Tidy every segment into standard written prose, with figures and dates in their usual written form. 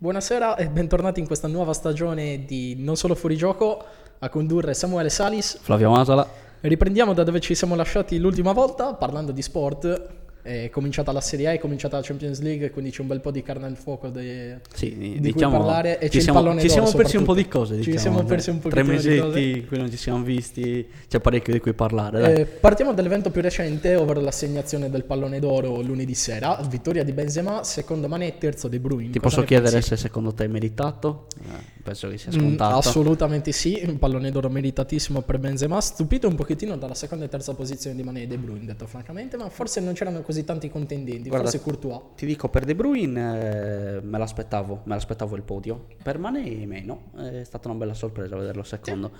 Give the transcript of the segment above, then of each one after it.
Buonasera e bentornati in questa nuova stagione di Non Solo Fuorigioco, a condurre Samuele Salis. Flavio Masala. Riprendiamo da dove ci siamo lasciati l'ultima volta, parlando di sport. È cominciata la Serie A, è cominciata la Champions League, quindi c'è un bel po' di carne al fuoco di cui parlare. E ci c'è il pallone d'oro, siamo persi un po' di cose, Ci siamo persi un po' 3 di mesetti cose. in cui non ci siamo visti, c'è parecchio di cui parlare, dai. Partiamo dall'evento più recente, ovvero l'assegnazione del pallone d'oro lunedì sera. Vittoria di Benzema, secondo Mané, terzo De Bruyne. Ti Cosa posso ne chiedere pensi? se secondo te è meritato? Penso che sia scontato. Assolutamente sì, un pallone d'oro meritatissimo per Benzema, stupito un pochettino dalla seconda e terza posizione di Mané e De Bruyne, detto francamente, ma forse non c'erano così tanti contendenti. Guarda, forse Courtois. Ti dico, per De Bruyne me l'aspettavo il podio. Per Mané meno, è stata una bella sorpresa vederlo secondo.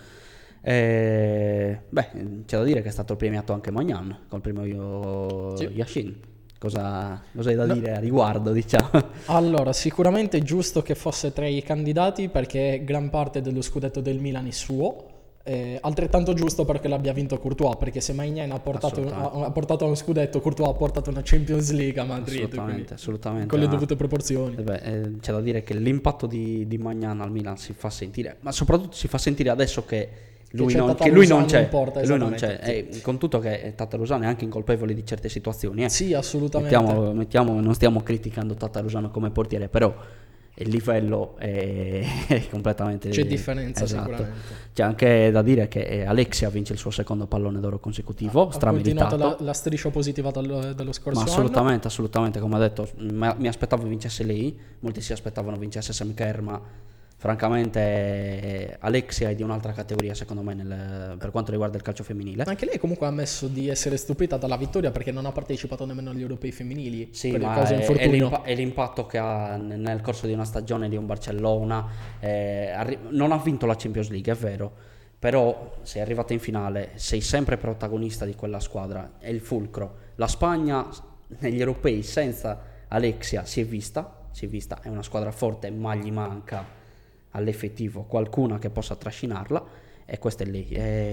C'è da dire che è stato premiato anche Maignan col primo Yashin. Cosa hai da dire a riguardo, diciamo? Allora, sicuramente è giusto che fosse tra i candidati perché gran parte dello scudetto del Milan è suo. Altrettanto giusto perché l'abbia vinto Courtois, perché se Maignan ha portato uno scudetto, Courtois ha portato una Champions League a Madrid, assolutamente, con le dovute proporzioni. C'è da dire che l'impatto di Maignan al Milan si fa sentire, ma soprattutto si fa sentire adesso che lui non c'è. Con tutto che Tatarusano è anche incolpevole di certe situazioni. Sì, assolutamente. Non stiamo criticando Tatarusano come portiere, però il livello è completamente... C'è differenza, esatto. Sicuramente. C'è anche da dire che Alexia vince il suo secondo pallone d'oro consecutivo, strameritato. Ha continuato la striscia positiva dello scorso anno. Assolutamente, come ha detto, mi aspettavo vincesse lei, molti si aspettavano vincesse Sam Kerr, ma francamente Alexia è di un'altra categoria secondo me per quanto riguarda il calcio femminile. Anche lei comunque ha ammesso di essere stupita dalla vittoria perché non ha partecipato nemmeno agli europei femminili. Sì, per ma causa infortunio. è l'impatto che ha nel corso di una stagione di un Barcellona. Non ha vinto la Champions League, è vero, però sei arrivata in finale, sei sempre protagonista di quella squadra, è il fulcro. La Spagna negli europei senza Alexia si è vista, è una squadra forte, ma gli manca all'effettivo qualcuna che possa trascinarla, e questa è lei,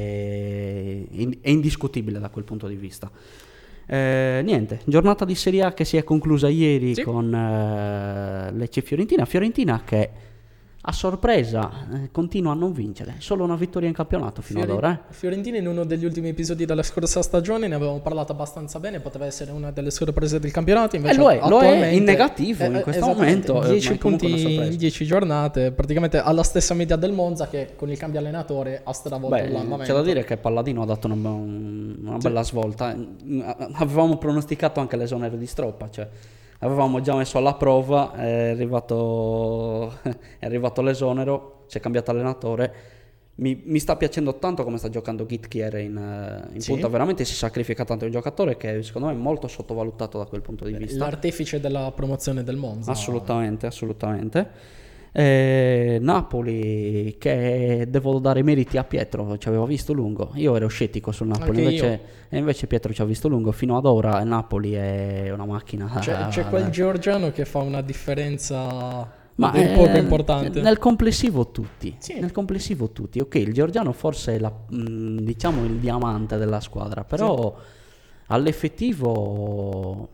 è indiscutibile da quel punto di vista. Niente, giornata di Serie A che si è conclusa ieri con Lecce Fiorentina che a sorpresa continua a non vincere, solo una vittoria in campionato fino ad ora. Fiorentina in uno degli ultimi episodi della scorsa stagione ne avevamo parlato abbastanza bene, poteva essere una delle sorprese del campionato, invece lo è in negativo in questo momento. 10 punti in 10 giornate, praticamente alla stessa media del Monza che con il cambio allenatore ha stravolto l'andamento. C'è da dire che Palladino ha dato una bella svolta. Avevamo pronosticato anche l'esonero di Stroppa, cioè avevamo già messo alla prova, è arrivato l'esonero, si è cambiato allenatore. Mi sta piacendo tanto come sta giocando Gytkjær in punta, veramente si sacrifica tanto, un giocatore che secondo me è molto sottovalutato da quel punto di vista. L'artefice della promozione del Monza. Assolutamente. Napoli, che devo dare meriti a Pietro, ci aveva visto lungo. Io ero scettico sul Napoli, invece Pietro ci ha visto lungo. Fino ad ora il Napoli è una macchina. C'è quel georgiano che fa una differenza poco importante. Nel complessivo tutti. Ok, il georgiano forse è diciamo il diamante della squadra, però all'effettivo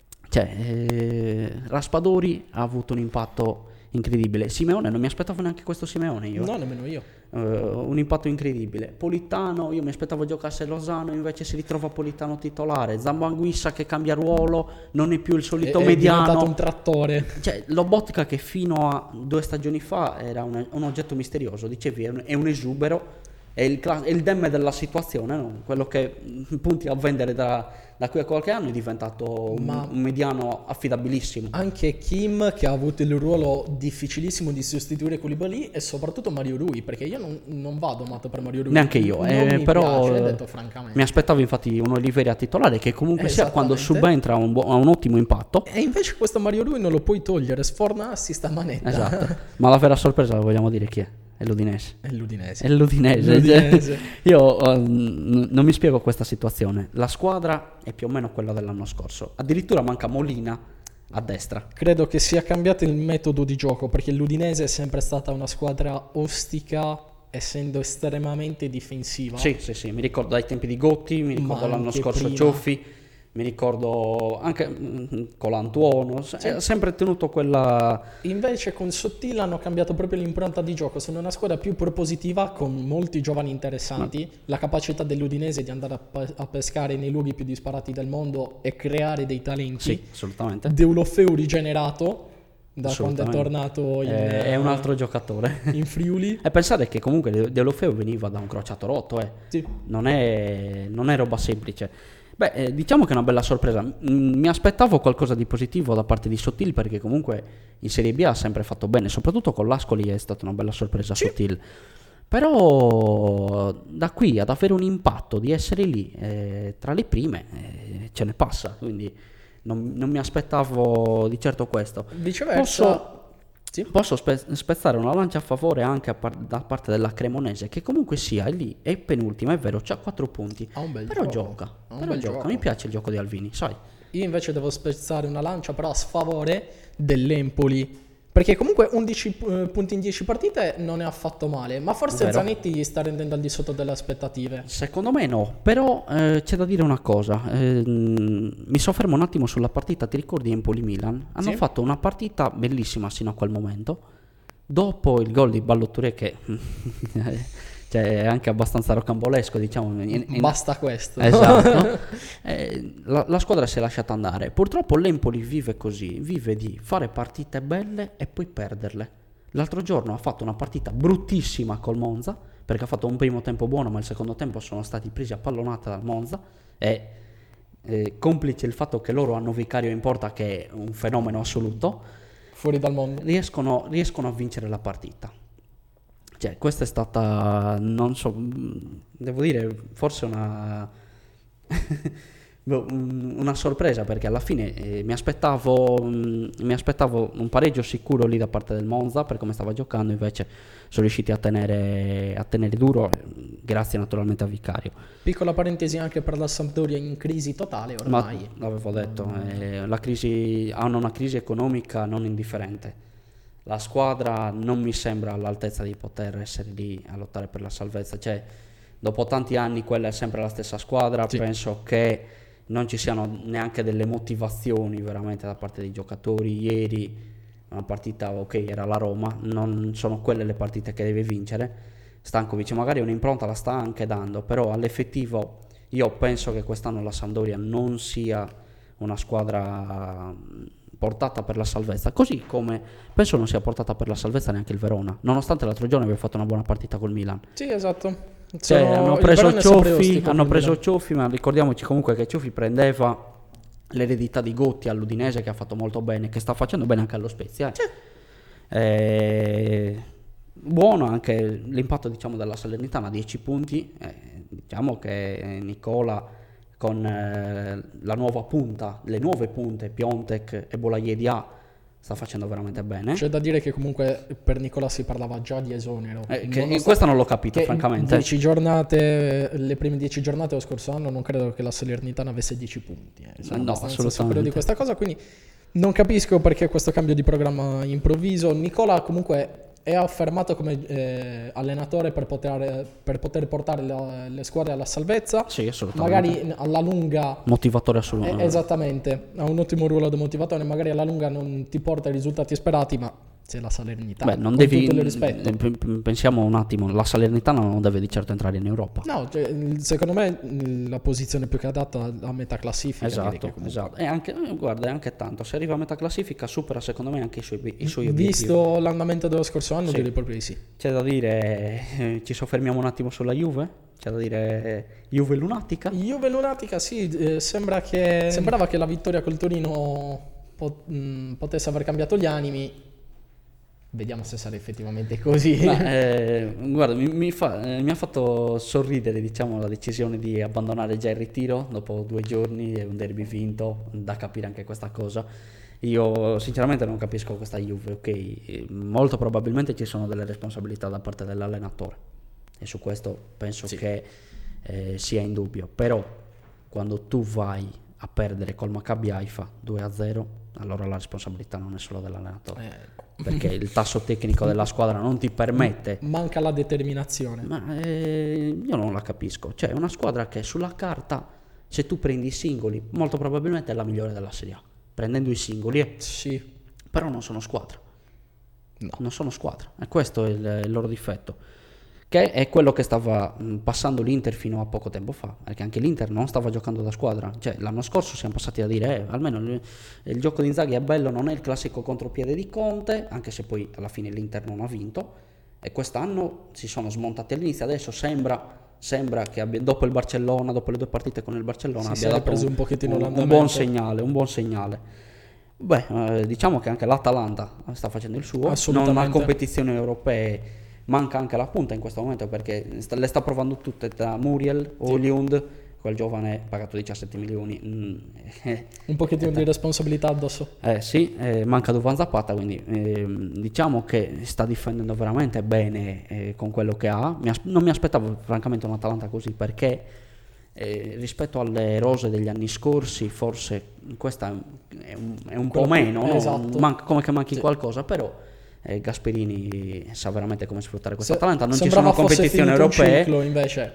Raspadori ha avuto un impatto incredibile. Simeone, non mi aspettavo neanche questo Simeone io. No, nemmeno io. Un impatto incredibile. Politano, io mi aspettavo giocasse Lozano, invece si ritrova Politano titolare. Zambanguissa che cambia ruolo, non è più il solito mediano. È diventato un trattore. Lobotka, che fino a 2 stagioni fa era un oggetto misterioso, dicevi è un esubero, è il demme della situazione, no? Quello che punti a vendere da qui a qualche anno è diventato un mediano affidabilissimo. Anche Kim, che ha avuto il ruolo difficilissimo di sostituire Koulibaly, e soprattutto Mario Rui, perché io non vado matto per Mario Rui. Neanche io, però piace, detto francamente. Mi aspettavo infatti un Oliveira titolare che comunque sia, quando subentra ha un ottimo impatto. E invece questo Mario Rui non lo puoi togliere, sfornarsi sta manetta. Esatto, ma la vera sorpresa la vogliamo dire chi è? È l'Udinese. L'Udinese. Io non mi spiego questa situazione. La squadra è più o meno quella dell'anno scorso. Addirittura manca Molina a destra. Credo che sia cambiato il metodo di gioco, perché l'Udinese è sempre stata una squadra ostica, essendo estremamente difensiva. Sì, mi ricordo dai tempi di Gotti, mi ricordo l'anno scorso prima. Cioffi. mi ricordo anche Colantuono, ha sempre tenuto quella... Invece con Sottil hanno cambiato proprio l'impronta di gioco, sono una squadra più propositiva con molti giovani interessanti, la capacità dell'Udinese di andare a pescare nei luoghi più disparati del mondo e creare dei talenti. Sì, assolutamente. Deulofeu rigenerato da quando è tornato è un altro giocatore in Friuli. E pensate che comunque Deulofeu veniva da un crociato rotto, Sì. non è roba semplice. Beh, diciamo che è una bella sorpresa. Mi aspettavo qualcosa di positivo da parte di Sottil, perché comunque in Serie B ha sempre fatto bene, soprattutto con l'Ascoli è stata una bella sorpresa Sottil. Però da qui ad avere un impatto di essere lì tra le prime ce ne passa, quindi non mi aspettavo di certo questo. Viceversa Posso spezzare una lancia a favore anche da parte della Cremonese, che comunque sia è lì, è penultima, è vero, c'ha 4 punti, però gioca, mi piace il gioco di Alvini, sai. Io invece devo spezzare una lancia però a sfavore dell'Empoli, perché comunque 11 punti in 10 partite non è affatto male, ma forse Vero. Zanetti gli sta rendendo al di sotto delle aspettative. Secondo me no, però c'è da dire una cosa, mi soffermo un attimo sulla partita, ti ricordi Empoli-Milan? Hanno fatto una partita bellissima sino a quel momento, dopo il gol di Ballo-Touré che cioè, è anche abbastanza rocambolesco, diciamo. Basta questo. Esatto. La squadra si è lasciata andare. Purtroppo l'Empoli vive così, vive di fare partite belle e poi perderle. L'altro giorno ha fatto una partita bruttissima col Monza, perché ha fatto un primo tempo buono, ma il secondo tempo sono stati presi a pallonata dal Monza e complice il fatto che loro hanno Vicario in porta, che è un fenomeno assoluto, Fuori dal mondo. riescono a vincere la partita. Cioè, questa è stata, non so, devo dire, forse una sorpresa, perché alla fine mi aspettavo un pareggio sicuro lì da parte del Monza per come stava giocando, invece sono riusciti a tenere duro, grazie naturalmente a Vicario. Piccola parentesi anche per la Sampdoria in crisi totale ormai. Ma l'avevo detto, hanno una crisi economica non indifferente. La squadra non mi sembra all'altezza di poter essere lì a lottare per la salvezza. Cioè, dopo tanti anni quella è sempre la stessa squadra. Sì. Penso che non ci siano neanche delle motivazioni veramente da parte dei giocatori. Ieri una partita, ok, era la Roma, non sono quelle le partite che deve vincere. Stankovic magari un'impronta la sta anche dando, però all'effettivo io penso che quest'anno la Sampdoria non sia una squadra portata per la salvezza, così come penso non sia portata per la salvezza neanche il Verona, nonostante l'altro giorno abbia fatto una buona partita col Milan. Sì, esatto. Cioè, hanno preso Cioffi, ma ricordiamoci comunque che Cioffi prendeva l'eredità di Gotti all'Udinese, che ha fatto molto bene, che sta facendo bene anche allo Spezia. Buono anche l'impatto, diciamo, della Salernitana, 10 punti, diciamo che Nicola con la nuova punta, le nuove punte Piontek e Bolayedi sta facendo veramente bene. C'è da dire che comunque per Nicola si parlava già di esonero. Questo non l'ho capito, francamente. Le prime 10 giornate dello scorso anno non credo che la Salernitana avesse 10 punti. No, assolutamente. Di questa cosa, quindi non capisco perché questo cambio di programma improvviso. Nicola comunque è affermato come allenatore per poter portare le squadre alla salvezza. Sì, assolutamente. Magari alla lunga motivatore assoluto. Esattamente, ha un ottimo ruolo da motivatore, magari alla lunga non ti porta i risultati sperati, ma c'è la Salernitana. Beh, non devi, tutto il rispetto. Pensiamo un attimo, la Salernitana non deve di certo entrare in Europa. No, cioè, secondo me la posizione più che adatta a metà classifica. Esatto. E anche, guarda, è anche tanto, se arriva a metà classifica supera secondo me anche i suoi obiettivi. Visto l'andamento dello scorso anno, direi proprio di sì. C'è da dire, ci soffermiamo un attimo sulla Juve? C'è da dire Juve lunatica? Juve lunatica, sì, sembrava che la vittoria col Torino potesse aver cambiato gli animi. Vediamo se sarà effettivamente così. Guarda, mi ha fatto sorridere, diciamo, la decisione di abbandonare già il ritiro dopo 2 giorni e un derby vinto, da capire anche questa cosa. Io sinceramente non capisco questa Juve, ok? Molto probabilmente ci sono delle responsabilità da parte dell'allenatore e su questo penso che sia in dubbio, però quando tu vai a perdere col Maccabi Haifa 2-0, allora la responsabilità non è solo dell'allenatore, perché il tasso tecnico della squadra non ti permette. Manca la determinazione. Ma io non la capisco. Cioè, una squadra che sulla carta Se tu prendi i singoli, molto probabilmente è la migliore della Serie A, prendendo i singoli, Sì. però non sono squadra. No. Non sono squadra, e questo è il loro difetto, che è quello che stava passando l'Inter fino a poco tempo fa, perché anche l'Inter non stava giocando da squadra. Cioè, l'anno scorso siamo passati a dire almeno il gioco di Inzaghi è bello, non è il classico contropiede di Conte, anche se poi alla fine l'Inter non ha vinto, e quest'anno si sono smontati all'inizio. Adesso sembra che dopo il Barcellona, dopo le 2 partite con il Barcellona, Si abbia è preso un pochettino un l'andamento. un buon segnale. Beh, diciamo che anche l'Atalanta sta facendo il suo, non ha competizioni europee, manca anche la punta in questo momento, perché le sta provando tutte, tra Muriel, Højlund, quel giovane pagato 17 milioni. Un pochettino di responsabilità addosso. Sì, manca Duvan Zapata, quindi diciamo che sta difendendo veramente bene con quello che ha. Non mi aspettavo francamente un Atalanta così, perché rispetto alle rose degli anni scorsi forse questa è un po' meno, no? Esatto. Come che manchi qualcosa, però Gasperini sa veramente come sfruttare questa Atalanta. Non ci sono competizioni europee, ciclo, invece.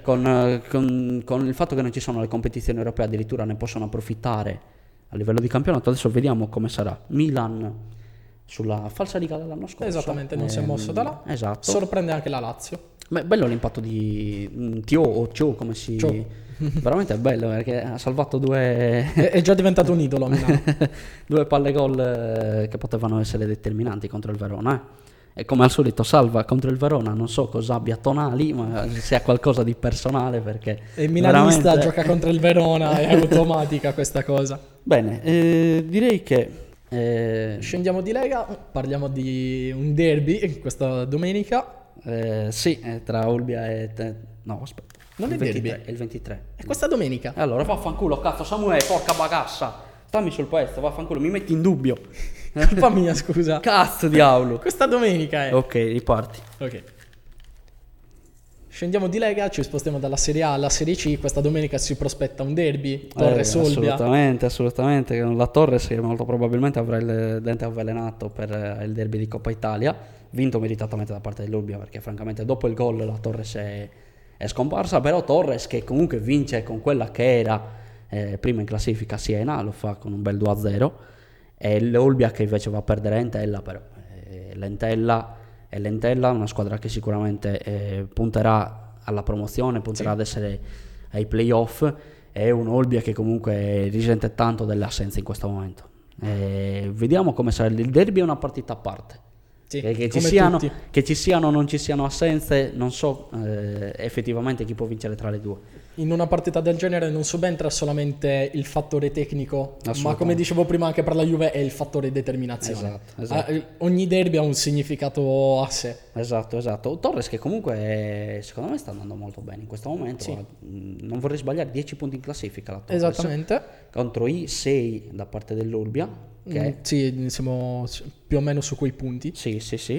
Con il fatto che non ci sono le competizioni europee, addirittura ne possono approfittare a livello di campionato. Adesso vediamo come sarà. Milan sulla falsariga dell'anno scorso, Esattamente, non si è mosso da là. Esatto. Sorprende anche la Lazio. Beh, bello l'impatto di Tio o Tio, come si... Tio. Veramente è bello, perché ha salvato 2... È già diventato un idolo a Milano. 2 palle gol che potevano essere determinanti contro il Verona. E come al solito salva contro il Verona, non so cosa abbia Tonali, ma se ha qualcosa di personale, perché... E il milanista gioca contro il Verona, è automatica questa cosa. Bene, direi che... Scendiamo di Lega, parliamo di un derby questa domenica. Sì, tra Olbia e... No, aspetta. Non è derby. È il 23. È questa domenica. Allora, vaffanculo, cazzo, Samuele, porca bagassa. Stammi sul pezzo, vaffanculo, mi metti in dubbio. Colpa mia, scusa. Cazzo, diavolo. Questa domenica è. Ok, riparti. Ok. Scendiamo di Lega, ci spostiamo dalla Serie A alla Serie C. Questa domenica si prospetta un derby, Torres-Olbia. Assolutamente. La Torres che molto probabilmente avrà il dente avvelenato per il derby di Coppa Italia, vinto meritatamente da parte dell'Olbia, perché francamente dopo il gol la Torres è scomparsa, però Torres che comunque vince con quella che era prima in classifica Siena, lo fa con un bel 2-0, e l'Olbia che invece va a perdere Entella, però L'Entella, una squadra che sicuramente punterà alla promozione, punterà ad essere ai playoff, è un Olbia che comunque risente tanto delle assenze in questo momento. Vediamo come sarà il derby, è una partita a parte. Sì, che ci siano o non ci siano assenze, non so effettivamente chi può vincere tra le due. In una partita del genere non subentra solamente il fattore tecnico, ma come dicevo prima anche per la Juve è il fattore determinazione. Esatto. Ogni derby ha un significato a sé. Esatto. Torres che comunque secondo me sta andando molto bene in questo momento. Sì. Non vorrei sbagliare, 10 punti in classifica la Torres. Esattamente. Contro i 6 da parte dell'Olbia. Sì, siamo più o meno su quei punti. Sì.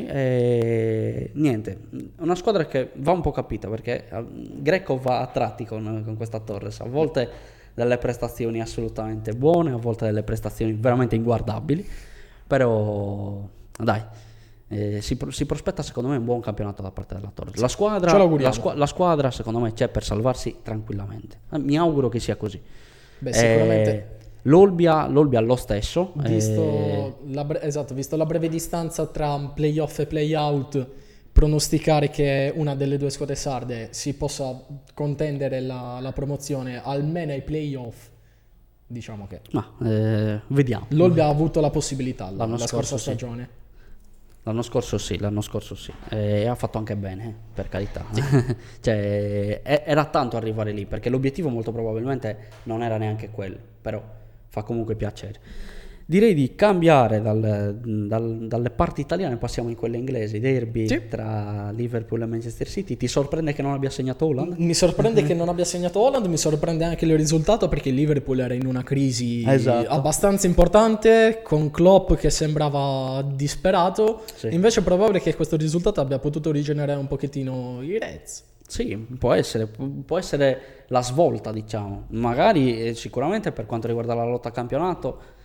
Niente, una squadra che va un po' capita, perché Greco va a tratti con questa Torres. A volte delle prestazioni assolutamente buone, a volte delle prestazioni veramente inguardabili, però dai, si prospetta secondo me un buon campionato da parte della Torres. La squadra secondo me c'è per salvarsi tranquillamente. Mi auguro che sia così. Beh, sicuramente. L'Olbia lo stesso. Visto la breve distanza tra playoff e playout, pronosticare che una delle due squadre sarde si possa contendere la promozione almeno ai playoff, diciamo che vediamo. L'Olbia ha avuto la possibilità la scorsa sì. stagione. L'anno scorso sì, e ha fatto anche bene, per carità. Cioè, era tanto arrivare lì, perché l'obiettivo molto probabilmente non era neanche quello, però fa comunque piacere. Direi di cambiare dalle parti italiane, passiamo in quelle inglesi, derby tra Liverpool e Manchester City. Ti sorprende che non abbia segnato Haaland? Mi sorprende che non abbia segnato Haaland, mi sorprende anche il risultato, perché il Liverpool era in una crisi abbastanza importante, con Klopp che sembrava disperato. Invece è probabile che questo risultato abbia potuto rigenerare un pochettino i Reds. Sì, può essere la svolta, diciamo. Magari sicuramente per quanto riguarda la lotta a campionato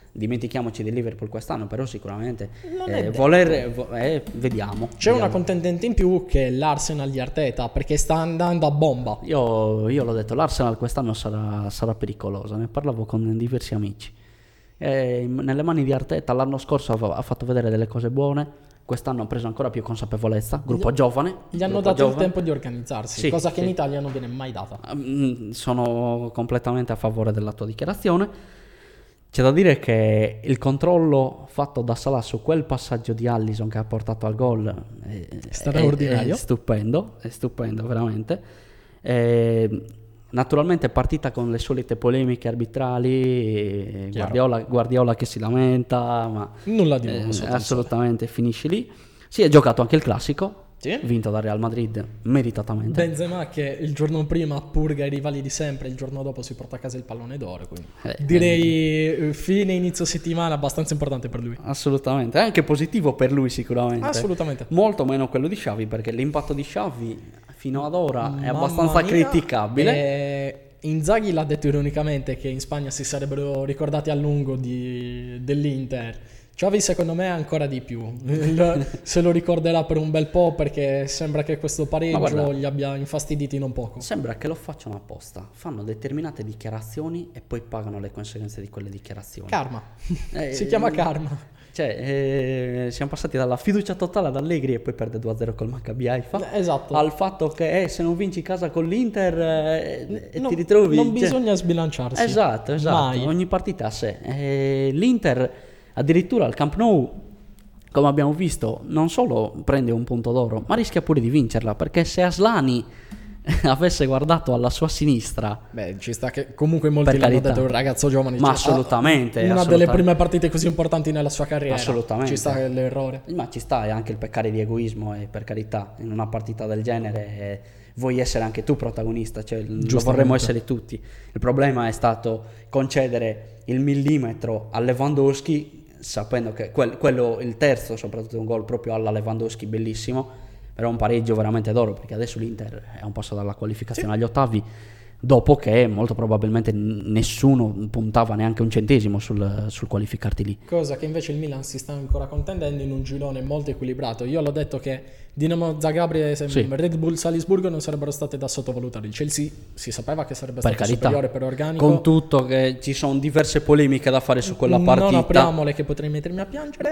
dimentichiamoci del Liverpool quest'anno, però sicuramente Non è vediamo. C'è una contendente in più che è l'Arsenal di Arteta, perché sta andando a bomba. Io l'ho detto, l'Arsenal quest'anno sarà pericolosa, ne parlavo con diversi amici. Nelle mani di Arteta l'anno scorso ha fatto vedere delle cose buone, quest'anno ha preso ancora più consapevolezza, gruppo giovane. Gli hanno dato il tempo di organizzarsi, Sì, cosa che sì. in Italia non viene mai data. Sono completamente a favore della tua dichiarazione. C'è da dire che il controllo fatto da Salah su quel passaggio di Alisson che ha portato al gol straordinario. è stupendo veramente. Naturalmente è partita con le solite polemiche arbitrali, Guardiola che si lamenta, ma Nulla di nuovo. assolutamente finisce lì. Si è giocato anche il classico, Sì. vinto dal Real Madrid meritatamente. Benzema che il giorno prima purga i rivali di sempre, il giorno dopo si porta a casa il pallone d'oro, quindi direi fine inizio settimana abbastanza importante per lui. Assolutamente, è anche positivo per lui sicuramente. Assolutamente. Molto meno quello di Xavi, perché l'impatto di Xavi fino ad ora è abbastanza Mamma mia, criticabile. Inzaghi l'ha detto ironicamente che in Spagna si sarebbero ricordati a lungo dell'Inter. Xavi secondo me ancora di più, se lo ricorderà per un bel po', perché sembra che questo pareggio gli abbia infastiditi non poco. Sembra che lo facciano apposta, fanno determinate dichiarazioni e poi pagano le conseguenze di quelle dichiarazioni. Karma, si chiama karma. Cioè, siamo passati dalla fiducia totale ad Allegri e poi perde 2-0 col Maccabi Haifa, Esatto. al fatto che se non vinci casa con l'Inter ti ritrovi... Non bisogna sbilanciarsi. Esatto, Mai. ogni partita a sé. L'Inter addirittura al Camp Nou, come abbiamo visto, non solo prende un punto d'oro, ma rischia pure di vincerla, perché se Aslani avesse guardato alla sua sinistra, ci sta che comunque molti l'hanno detto, un ragazzo giovane, ma assolutamente, una delle prime partite così importanti nella sua carriera, assolutamente, ci sta l'errore, ma ci sta, è anche il peccare di egoismo, e per carità, in una partita del genere vuoi essere anche tu protagonista, cioè lo vorremmo essere tutti. Il problema è stato concedere il millimetro a Lewandowski, sapendo che quello, il terzo soprattutto, è un gol proprio alla Lewandowski bellissimo, però un pareggio veramente d'oro, perché adesso l'Inter è un passo dalla qualificazione agli ottavi, dopo che molto probabilmente nessuno puntava neanche un centesimo sul qualificarti lì. Cosa che invece il Milan si sta ancora contendendo in un girone molto equilibrato. Io l'ho detto che Dinamo Zagabria e Red Bull Salisburgo non sarebbero state da sottovalutare. Il Chelsea si sapeva che sarebbe stato superiore per organico. Con tutto che ci sono diverse polemiche da fare su quella partita. Non apriamole che potrei mettermi a piangere.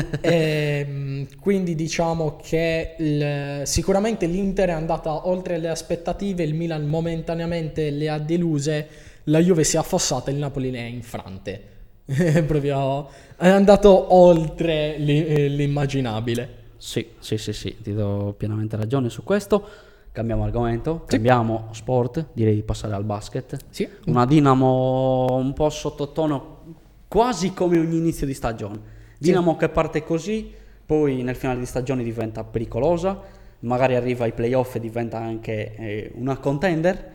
Quindi diciamo che sicuramente l'Inter è andata oltre le aspettative, il Milan momentaneamente le ha deluse, la Juve si è affossata e il Napoli le ha infrante. Proprio è andato oltre l'immaginabile. Sì, ti do pienamente ragione su questo. Cambiamo argomento, cambiamo sport, direi di passare al basket. Sì. Una Dinamo un po' sottotono, quasi come ogni inizio di stagione. Dinamo che parte così, poi nel finale di stagione diventa pericolosa, magari arriva ai playoff e diventa anche una contender.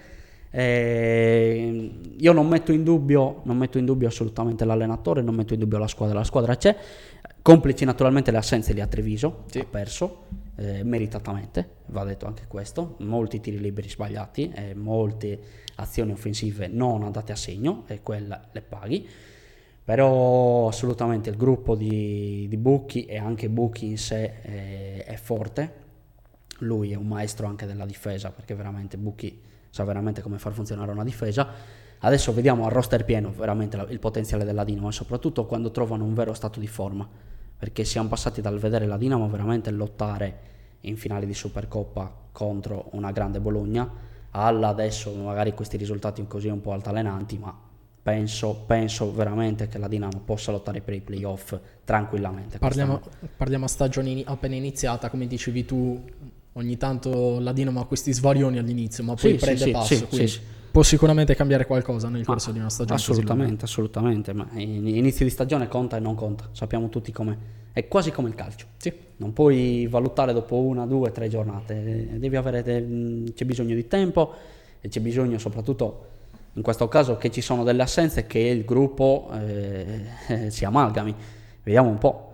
Io non metto in dubbio assolutamente l'allenatore, non metto in dubbio la squadra c'è, complici naturalmente le assenze lì a Treviso, ha perso meritatamente, va detto anche questo, molti tiri liberi sbagliati, molte azioni offensive non andate a segno, e quella le paghi, però assolutamente il gruppo di Bucchi, e anche Bucchi in sé è forte, lui è un maestro anche della difesa, perché veramente Bucchi sa veramente come far funzionare una difesa. Adesso vediamo a roster pieno veramente il potenziale della Dinamo, e soprattutto quando trovano un vero stato di forma, perché siamo passati dal vedere la Dinamo veramente lottare in finali di Supercoppa contro una grande Bologna, alla adesso magari questi risultati così un po' altalenanti, ma penso veramente che la Dinamo possa lottare per i playoff tranquillamente. Parliamo a stagione appena iniziata, come dicevi tu. Ogni tanto la Dinamo ha questi svarioni all'inizio, ma poi prende passo, quindi può sicuramente cambiare qualcosa nel corso di una stagione. Assolutamente, ma inizio di stagione conta e non conta, sappiamo tutti com'è, è quasi come il calcio, non puoi valutare dopo 1, 2, 3 giornate, c'è bisogno di tempo, e c'è bisogno soprattutto in questo caso che ci sono delle assenze, che il gruppo si amalgami, vediamo un po'.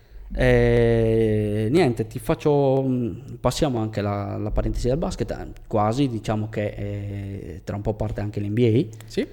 Niente, passiamo anche la parentesi del basket, quasi, diciamo che tra un po' parte anche l'NBA. Sì,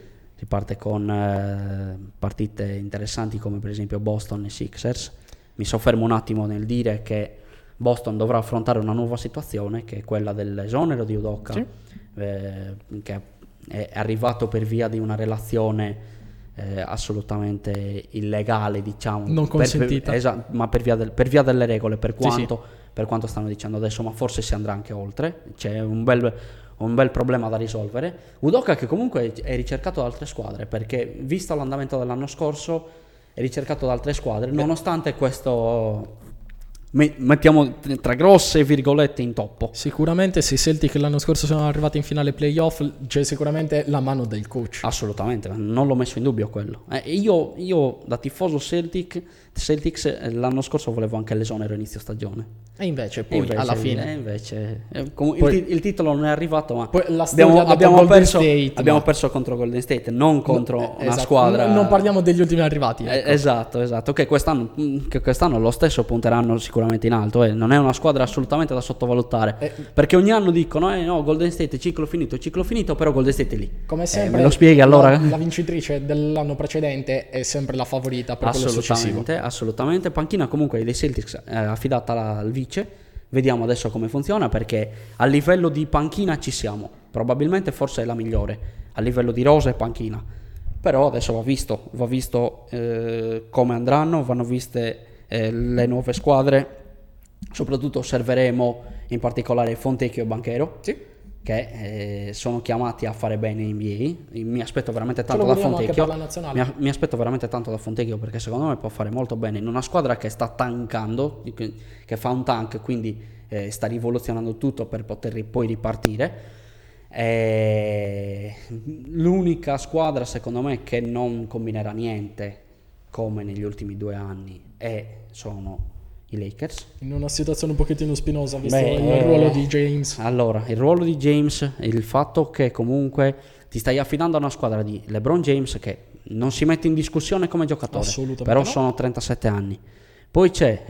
si parte con partite interessanti come per esempio Boston e Sixers. Mi soffermo un attimo nel dire che Boston dovrà affrontare una nuova situazione, che è quella dell'esonero di Udoka, Sì. che è arrivato per via di una relazione assolutamente illegale, diciamo, Non consentita. ma per via delle regole, per Sì, sì. quanto stanno dicendo adesso, ma forse si andrà anche oltre. C'è un bel problema da risolvere. Udoka che comunque è ricercato da altre squadre, perché visto l'andamento dell'anno scorso è ricercato da altre squadre, nonostante questo, mettiamo tra grosse virgolette, intoppo. Sicuramente se i Celtic l'anno scorso sono arrivati in finale playoff, c'è sicuramente la mano del coach. Assolutamente, non l'ho messo in dubbio quello. Io da tifoso Celtics l'anno scorso volevo anche l'esonero inizio stagione. E invece poi alla fine Il titolo non è arrivato, ma poi la storia abbiamo State, perso contro Golden State, non contro una esatto. squadra. Non parliamo degli ultimi arrivati. Ecco. Esatto. Che quest'anno lo stesso punteranno sicuramente in alto. Non è una squadra assolutamente da sottovalutare. Perché ogni anno dicono: no, Golden State ciclo finito, però Golden State è lì. Come sempre, me lo spieghi allora? La vincitrice dell'anno precedente è sempre la favorita per quello successivo. Assolutamente. Panchina comunque dei Celtics affidata al vice. Vediamo adesso come funziona, perché a livello di panchina ci siamo. Probabilmente forse è la migliore a livello di rosa e panchina. Però adesso va visto come andranno, vanno viste le nuove squadre. Soprattutto osserveremo in particolare Fontecchio e Banchero, Sì. che sono chiamati a fare bene in NBA. Mi aspetto veramente tanto Ce lo da vogliamo anche Fontecchio. per la nazionale. Mi aspetto veramente tanto da Fontecchio, perché secondo me può fare molto bene in una squadra che sta tankando, che fa un tank, quindi sta rivoluzionando tutto per poter poi ripartire. L'unica squadra secondo me che non combinerà niente come negli ultimi 2 anni sono i Lakers. In una situazione un pochettino spinosa, visto il ruolo di James. Allora, il ruolo di James, il fatto che comunque ti stai affidando a una squadra di LeBron James che non si mette in discussione come giocatore, Assolutamente però no. sono 37 anni. Poi c'è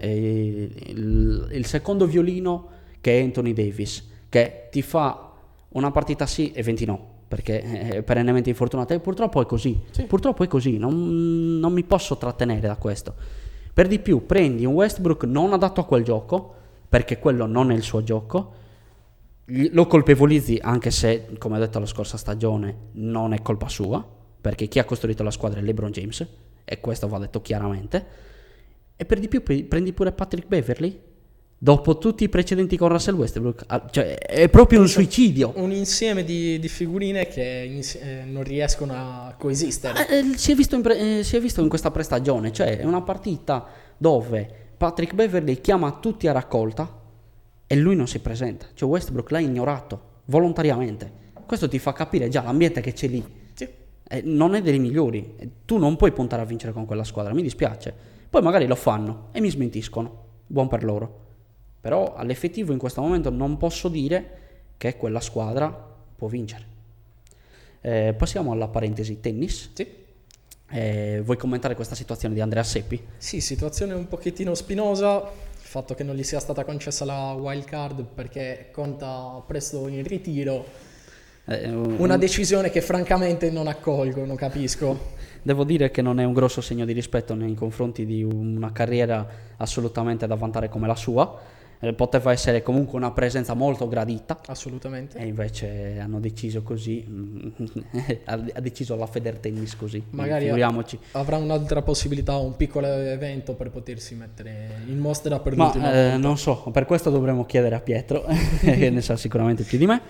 il secondo violino, che è Anthony Davis, che ti fa una partita sì e 20 no, perché è perennemente infortunato, e purtroppo è così. Sì. Purtroppo è così, non mi posso trattenere da questo. Per di più prendi un Westbrook non adatto a quel gioco, perché quello non è il suo gioco, lo colpevolizzi, anche se, come ho detto la scorsa stagione, non è colpa sua, perché chi ha costruito la squadra è LeBron James, e questo va detto chiaramente. E per di più prendi pure Patrick Beverley, dopo tutti i precedenti con Russell Westbrook. Cioè è proprio un suicidio. Un insieme di figurine che non riescono a coesistere. Si è visto in questa prestagione, cioè è una partita dove Patrick Beverley chiama tutti a raccolta e lui non si presenta. Cioè Westbrook l'ha ignorato volontariamente. Questo ti fa capire già l'ambiente che c'è lì. Sì. Non è dei migliori. Tu non puoi puntare a vincere con quella squadra, mi dispiace. Poi magari lo fanno e mi smentiscono. Buon per loro. Però all'effettivo in questo momento non posso dire che quella squadra può vincere. Passiamo alla parentesi tennis. Sì. Vuoi commentare questa situazione di Andrea Seppi? Sì, situazione un pochettino spinosa. Il fatto che non gli sia stata concessa la wild card perché conta presto in ritiro. Una decisione che francamente non accolgo, non capisco. Devo dire che non è un grosso segno di rispetto nei confronti di una carriera assolutamente da vantare come la sua. Poteva essere comunque una presenza molto gradita. Assolutamente. E invece hanno deciso così. Ha deciso la Federtennis così. Magari figuriamoci. avrà un'altra possibilità, un piccolo evento per potersi mettere in mostra per l'ultima volta. Non so, per questo dovremmo chiedere a Pietro, che ne sa sicuramente più di me.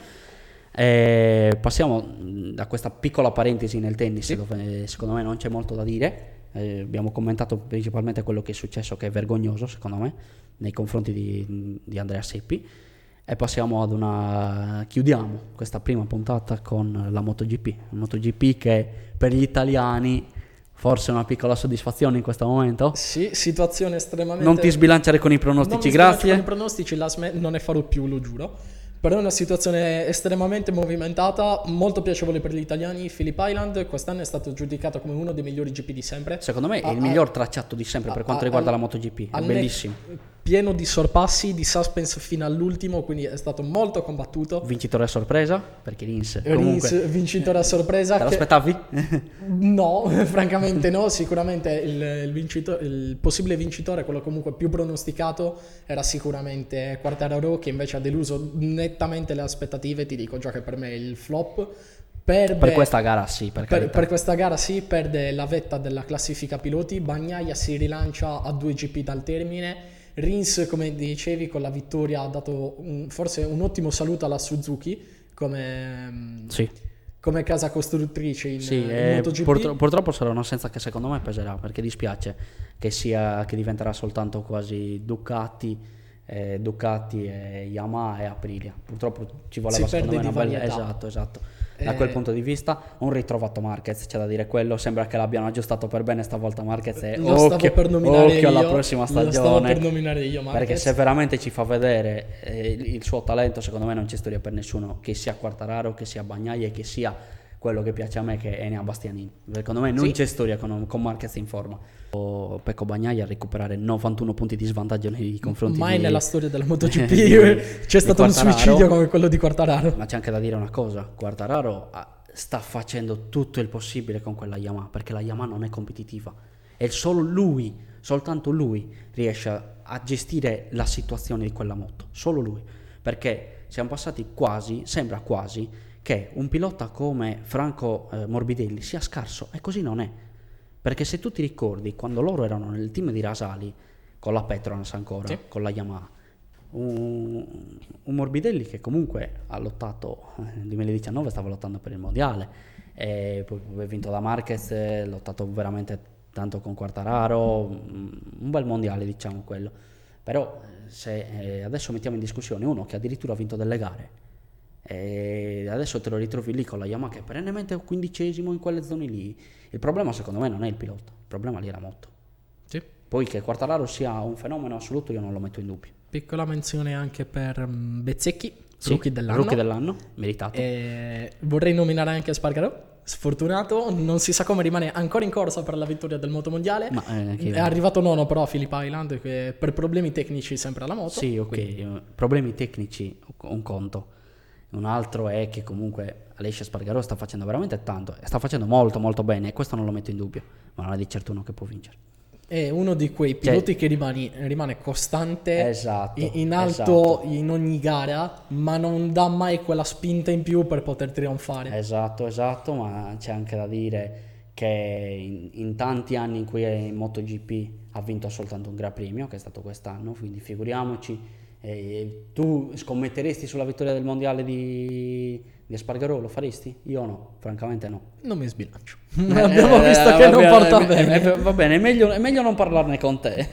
Passiamo da questa piccola parentesi nel tennis, sì, dove secondo me non c'è molto da dire. Abbiamo commentato principalmente quello che è successo, che è vergognoso secondo me nei confronti di Andrea Seppi, e passiamo chiudiamo questa prima puntata con la MotoGP che per gli italiani forse è una piccola soddisfazione in questo momento. Sì, situazione estremamente... Non ti sbilanciare con i pronostici, grazie. Con i pronostici non ne farò più, lo giuro. Però è una situazione estremamente movimentata, molto piacevole per gli italiani. Phillip Island quest'anno è stato giudicato come uno dei migliori GP di sempre. Secondo me è il miglior tracciato di sempre per quanto riguarda la MotoGP, è bellissimo. pieno di sorpassi, di suspense fino all'ultimo, quindi è stato molto combattuto. Vincitore a sorpresa, perché Rins comunque... Rins, vincitore a sorpresa. Te l'aspettavi? No, francamente no, sicuramente il possibile vincitore, quello comunque più pronosticato, era sicuramente Quartararo, che invece ha deluso nettamente le aspettative, ti dico già che per me è il flop. Per questa gara sì, per questa gara sì, perde la vetta della classifica piloti. Bagnaia si rilancia a 2 GP dal termine. Rins, come dicevi, con la vittoria ha dato forse un ottimo saluto alla Suzuki come casa costruttrice in MotoGP. Purtroppo sarà un'assenza che secondo me peserà, perché dispiace che diventerà soltanto quasi Ducati e Yamaha e Aprilia. Purtroppo ci voleva secondo me una bella... Esatto. Da quel punto di vista un ritrovato Marquez, c'è da dire quello, sembra che l'abbiano aggiustato per bene stavolta Marquez, e occhio alla prossima stagione, stavo per nominare io Marquez, perché se veramente ci fa vedere il suo talento, secondo me non c'è storia per nessuno, che sia Quartararo, che sia Bagnaia e che sia quello che piace a me, che è Enea Bastianini. Secondo me non c'è storia con Marquez in forma. Pecco Bagnaia a recuperare 91 punti di svantaggio nei confronti mai nella storia della MotoGP c'è stato un suicidio come quello di Quartararo. Ma c'è anche da dire una cosa: Quartararo sta facendo tutto il possibile con quella Yamaha, perché la Yamaha non è competitiva e soltanto lui riesce a gestire la situazione di quella moto, solo lui, perché siamo passati sembra quasi che un pilota come Franco Morbidelli sia scarso, e così non è. Perché se tu ti ricordi, quando loro erano nel team di Rasali, con la Petronas ancora, con la Yamaha, un Morbidelli che comunque ha lottato, nel 2019 stava lottando per il mondiale, e poi ha vinto da Marquez, ha lottato veramente tanto con Quartararo, un bel mondiale diciamo quello. Però se adesso mettiamo in discussione uno che addirittura ha vinto delle gare, e adesso te lo ritrovi lì con la Yamaha che è perennemente 15° in quelle zone lì, il problema secondo me non è il pilota, il problema lì è la moto. Poi che Quartararo sia un fenomeno assoluto io non lo metto in dubbio. Piccola menzione anche per Bezzecchi, rookie dell'anno, meritato. Vorrei nominare anche Spargaro, sfortunato, non si sa come rimane ancora in corsa per la vittoria del motomondiale. È arrivato nono però a Phillip Island, che per problemi tecnici sempre alla moto. Problemi tecnici un conto. Un altro è che comunque Aleix Espargaró sta facendo veramente tanto e sta facendo molto molto bene, e questo non lo metto in dubbio, ma non è di certo uno che può vincere. È uno di quei piloti che rimane costante, in alto in ogni gara, ma non dà mai quella spinta in più per poter trionfare. Esatto, ma c'è anche da dire che in tanti anni in cui è in MotoGP ha vinto soltanto un Gran Premio, che è stato quest'anno, quindi figuriamoci. Tu scommetteresti sulla vittoria del mondiale di Espargaró? Lo faresti? Io no, francamente no. Non mi sbilancio. Abbiamo visto che non porta bene. Va bene, è meglio non parlarne con te.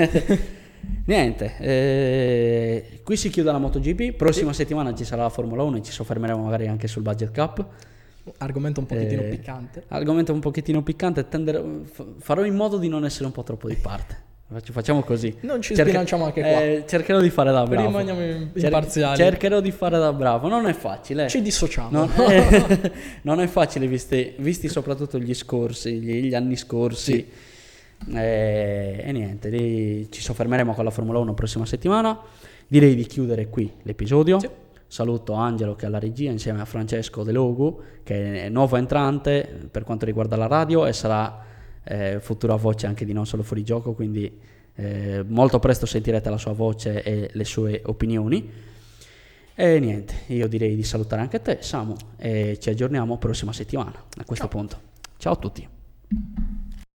Niente, qui si chiude la MotoGP. Prossima settimana ci sarà la Formula 1 e ci soffermeremo magari anche sul Budget Cup. Argomento un pochettino piccante. Farò in modo di non essere un po' troppo di parte. Facciamo così. Non ci sbilanciamo anche qua. Cercherò di fare da bravo. Rimaniamo imparziali. Cercherò di fare da bravo. Non è facile. Ci dissociamo. Non è facile visti soprattutto gli anni scorsi. E niente, lì ci soffermeremo con la Formula 1 prossima settimana. Direi di chiudere qui l'episodio. Saluto Angelo che è alla regia insieme a Francesco De Logu, che è nuovo entrante per quanto riguarda la radio e sarà futura voce anche di Non Solo Fuori Gioco, quindi molto presto sentirete la sua voce e le sue opinioni. E niente, io direi di salutare anche te Samu e ci aggiorniamo prossima settimana a questo punto. Ciao a tutti.